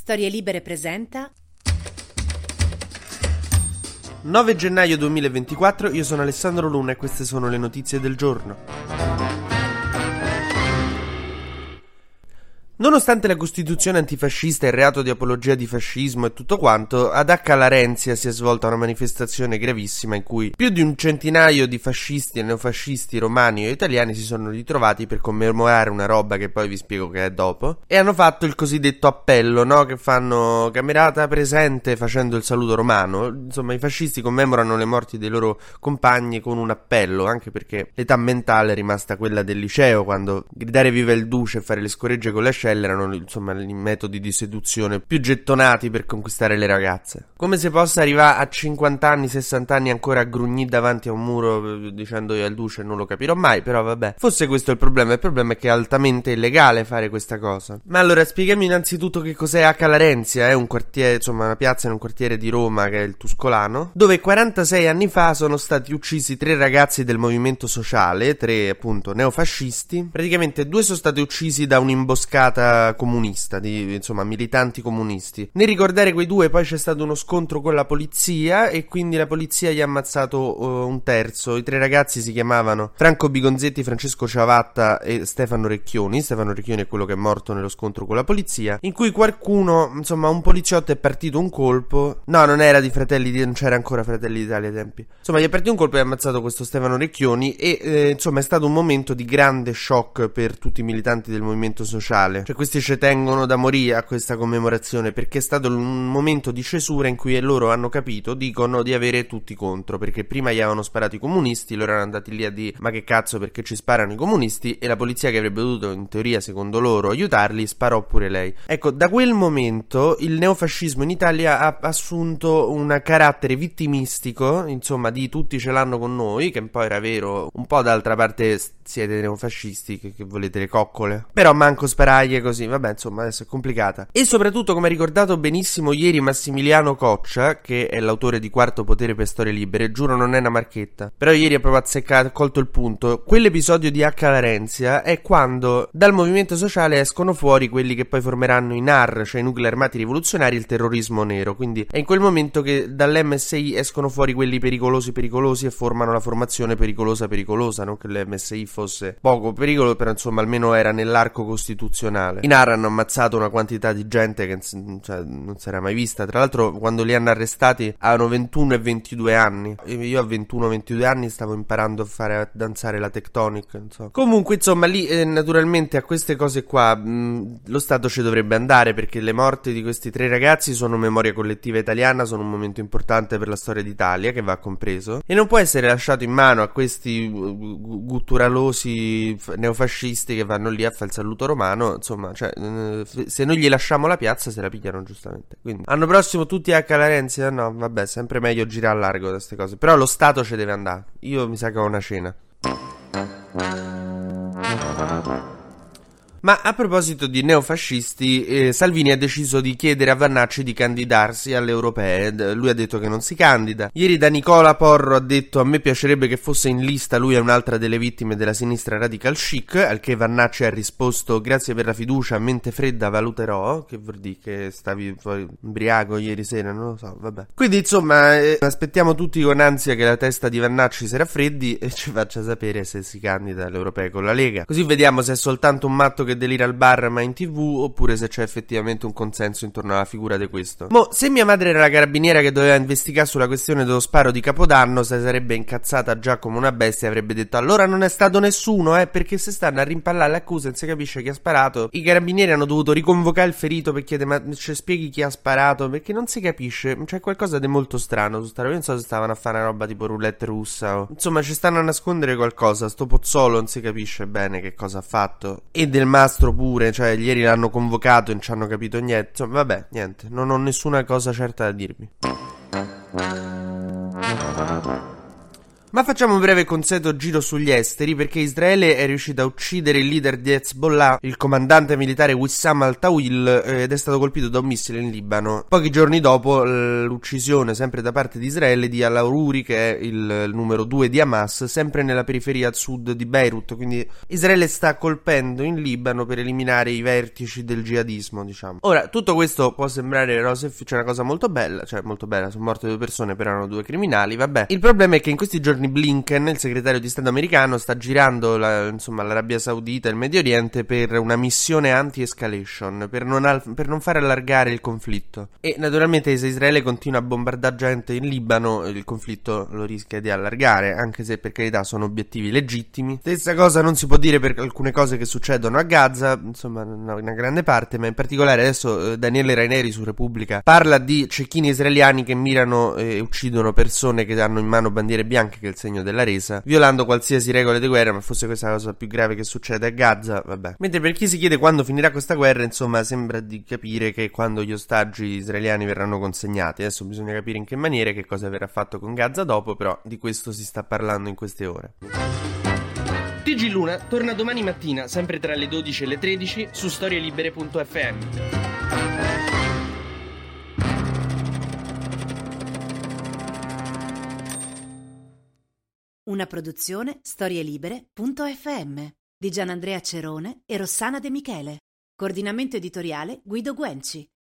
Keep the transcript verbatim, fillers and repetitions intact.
Storie Libere presenta nove gennaio duemilaventiquattro, io sono Alessandro Luna e queste sono le notizie del giorno. Nonostante la Costituzione antifascista e il reato di apologia di fascismo e tutto quanto, ad Acca Larenzia si è svolta una manifestazione gravissima in cui più di un centinaio di fascisti e neofascisti romani o italiani si sono ritrovati per commemorare una roba che poi vi spiego che è dopo, e hanno fatto il cosiddetto appello, no? Che fanno camerata presente facendo il saluto romano. Insomma, i fascisti commemorano le morti dei loro compagni con un appello, anche perché l'età mentale è rimasta quella del liceo, quando gridare viva il duce e fare le scoregge con le ascelle erano insomma i metodi di seduzione più gettonati per conquistare le ragazze. Come si possa arrivare a cinquanta anni, sessanta anni ancora a grugnire davanti a un muro dicendo io al duce non lo capirò mai, però vabbè, forse questo è il problema. Il problema è che è altamente illegale fare questa cosa. Ma allora spieghiamo innanzitutto che cos'è Acca Larenzia. È un quartiere, insomma una piazza in un quartiere di Roma che è il Tuscolano, dove quarantasei anni fa sono stati uccisi tre ragazzi del movimento sociale, tre appunto neofascisti. Praticamente due sono stati uccisi da un'imboscata comunista, di insomma militanti comunisti. Nel ricordare quei due poi c'è stato uno scontro con la polizia e quindi la polizia gli ha ammazzato uh, un terzo. I tre ragazzi si chiamavano Franco Bigonzetti, Francesco Ciavatta e Stefano Recchioni. Stefano Recchioni è quello che è morto nello scontro con la polizia, in cui qualcuno, insomma un poliziotto è partito un colpo. No, non era di Fratelli d'Italia, non c'era ancora Fratelli d'Italia ai tempi. Insomma gli è partito un colpo e ha ammazzato questo Stefano Recchioni e eh, insomma è stato un momento di grande shock per tutti i militanti del movimento sociale. Cioè questi ci tengono da morire a questa commemorazione, perché è stato un momento di cesura in cui loro hanno capito, dicono, di avere tutti contro, perché prima gli avevano sparato i comunisti, loro erano andati lì a dire ma che cazzo perché ci sparano i comunisti, e la polizia che avrebbe dovuto in teoria secondo loro aiutarli sparò pure lei. Ecco, da quel momento il neofascismo in Italia ha assunto un carattere vittimistico, insomma di tutti ce l'hanno con noi, che un po' era vero, un po' d'altra parte siete neofascisti, che, che volete le coccole, però manco sparaglie così, vabbè insomma adesso è complicata. E soprattutto, come ha ricordato benissimo ieri Massimiliano Coccia, che è l'autore di Quarto Potere per Storie Libere, giuro non è una marchetta, però ieri ha proprio azzeccato, colto il punto. Quell'episodio di Acca Larenzia è quando dal movimento sociale escono fuori quelli che poi formeranno i N A R, cioè i nuclei armati rivoluzionari, il terrorismo nero, quindi è in quel momento che dall'M S I escono fuori quelli pericolosi pericolosi e formano la formazione pericolosa pericolosa, non che l'M S I fosse poco pericolo, però insomma almeno era nell'arco costituzionale. I N A R hanno ammazzato una quantità di gente che cioè, non si era mai vista. Tra l'altro quando li hanno arrestati avevano ventuno e ventidue anni. Io a ventuno ventidue anni stavo imparando a fare a danzare la tectonic, insomma. Comunque insomma lì eh, naturalmente a queste cose qua mh, lo Stato ci dovrebbe andare, perché le morti di questi tre ragazzi sono memoria collettiva italiana, sono un momento importante per la storia d'Italia che va compreso, e non può essere lasciato in mano a questi uh, gutturalosi neofascisti che vanno lì a fare il saluto romano. Insomma, cioè, se noi gli lasciamo la piazza se la pigliano giustamente. Quindi anno prossimo tutti a Acca Larenzia? No, vabbè, sempre meglio girare a largo da queste cose. Però lo Stato ci deve andare. Io mi sa che ho una cena. Ma a proposito di neofascisti, eh, Salvini ha deciso di chiedere a Vannacci di candidarsi alle europee. Lui ha detto che non si candida. Ieri da Nicola Porro ha detto a me piacerebbe che fosse in lista lui è un'altra delle vittime della sinistra radical chic, al che Vannacci ha risposto grazie per la fiducia, a mente fredda valuterò. Che vuol dire che stavi fuori ubriaco ieri sera, non lo so, vabbè. Quindi insomma eh, aspettiamo tutti con ansia che la testa di Vannacci si raffreddi e ci faccia sapere se si candida alle europee con la Lega, così vediamo se è soltanto un matto che delira al bar ma in tv, oppure se c'è effettivamente un consenso intorno alla figura di questo. Mo, se mia madre era la carabiniera che doveva investigare sulla questione dello sparo di Capodanno, se sarebbe incazzata già come una bestia e avrebbe detto allora non è stato nessuno, eh, perché se stanno a rimpallare le accuse non si capisce chi ha sparato. I carabinieri hanno dovuto riconvocare il ferito per chiedere ma ci spieghi chi ha sparato, perché non si capisce, c'è qualcosa di molto strano su sta roba. Io non so se stavano a fare una roba tipo roulette russa o insomma ci stanno a nascondere qualcosa. Sto Pozzolo non si capisce bene che cosa ha fatto, e Del Mastro pure, cioè ieri l'hanno convocato e non ci hanno capito niente. Insomma vabbè, niente, non ho nessuna cosa certa da dirvi. Ma facciamo un breve consueto giro sugli esteri, perché Israele è riuscito a uccidere il leader di Hezbollah, il comandante militare Wissam al-Tawil, ed è stato colpito da un missile in Libano. Pochi giorni dopo l'uccisione, sempre da parte di Israele, di al-Aruri, che è il numero due di Hamas, sempre nella periferia a sud di Beirut. Quindi Israele sta colpendo in Libano per eliminare i vertici del jihadismo, diciamo. Ora, tutto questo può sembrare rose, c'è una cosa molto bella, cioè molto bella, sono morte due persone, però erano due criminali, vabbè. Il problema è che in questi giorni Blinken, il segretario di Stato americano, sta girando la, insomma, l'Arabia Saudita e il Medio Oriente per una missione anti-escalation, per non, al- per non fare allargare il conflitto. E naturalmente se Israele continua a bombardare gente in Libano, il conflitto lo rischia di allargare, anche se per carità sono obiettivi legittimi. Stessa cosa non si può dire per alcune cose che succedono a Gaza, insomma una, una grande parte, ma in particolare adesso eh, Daniele Raineri su Repubblica parla di cecchini israeliani che mirano e uccidono persone che hanno in mano bandiere bianche, che è il segno della resa, violando qualsiasi regola di guerra, ma fosse questa la cosa più grave che succede a Gaza, vabbè. Mentre per chi si chiede quando finirà questa guerra, insomma sembra di capire che quando gli ostaggi israeliani verranno consegnati. Adesso bisogna capire in che maniera e che cosa verrà fatto con Gaza dopo, però di questo si sta parlando in queste ore. T G Luna torna domani mattina, sempre tra le dodici e le tredici, su storielibere punto effe emme. Una produzione storielibere punto effe emme di Gianandrea Cerone e Rossana De Michele. Coordinamento editoriale Guido Guenci.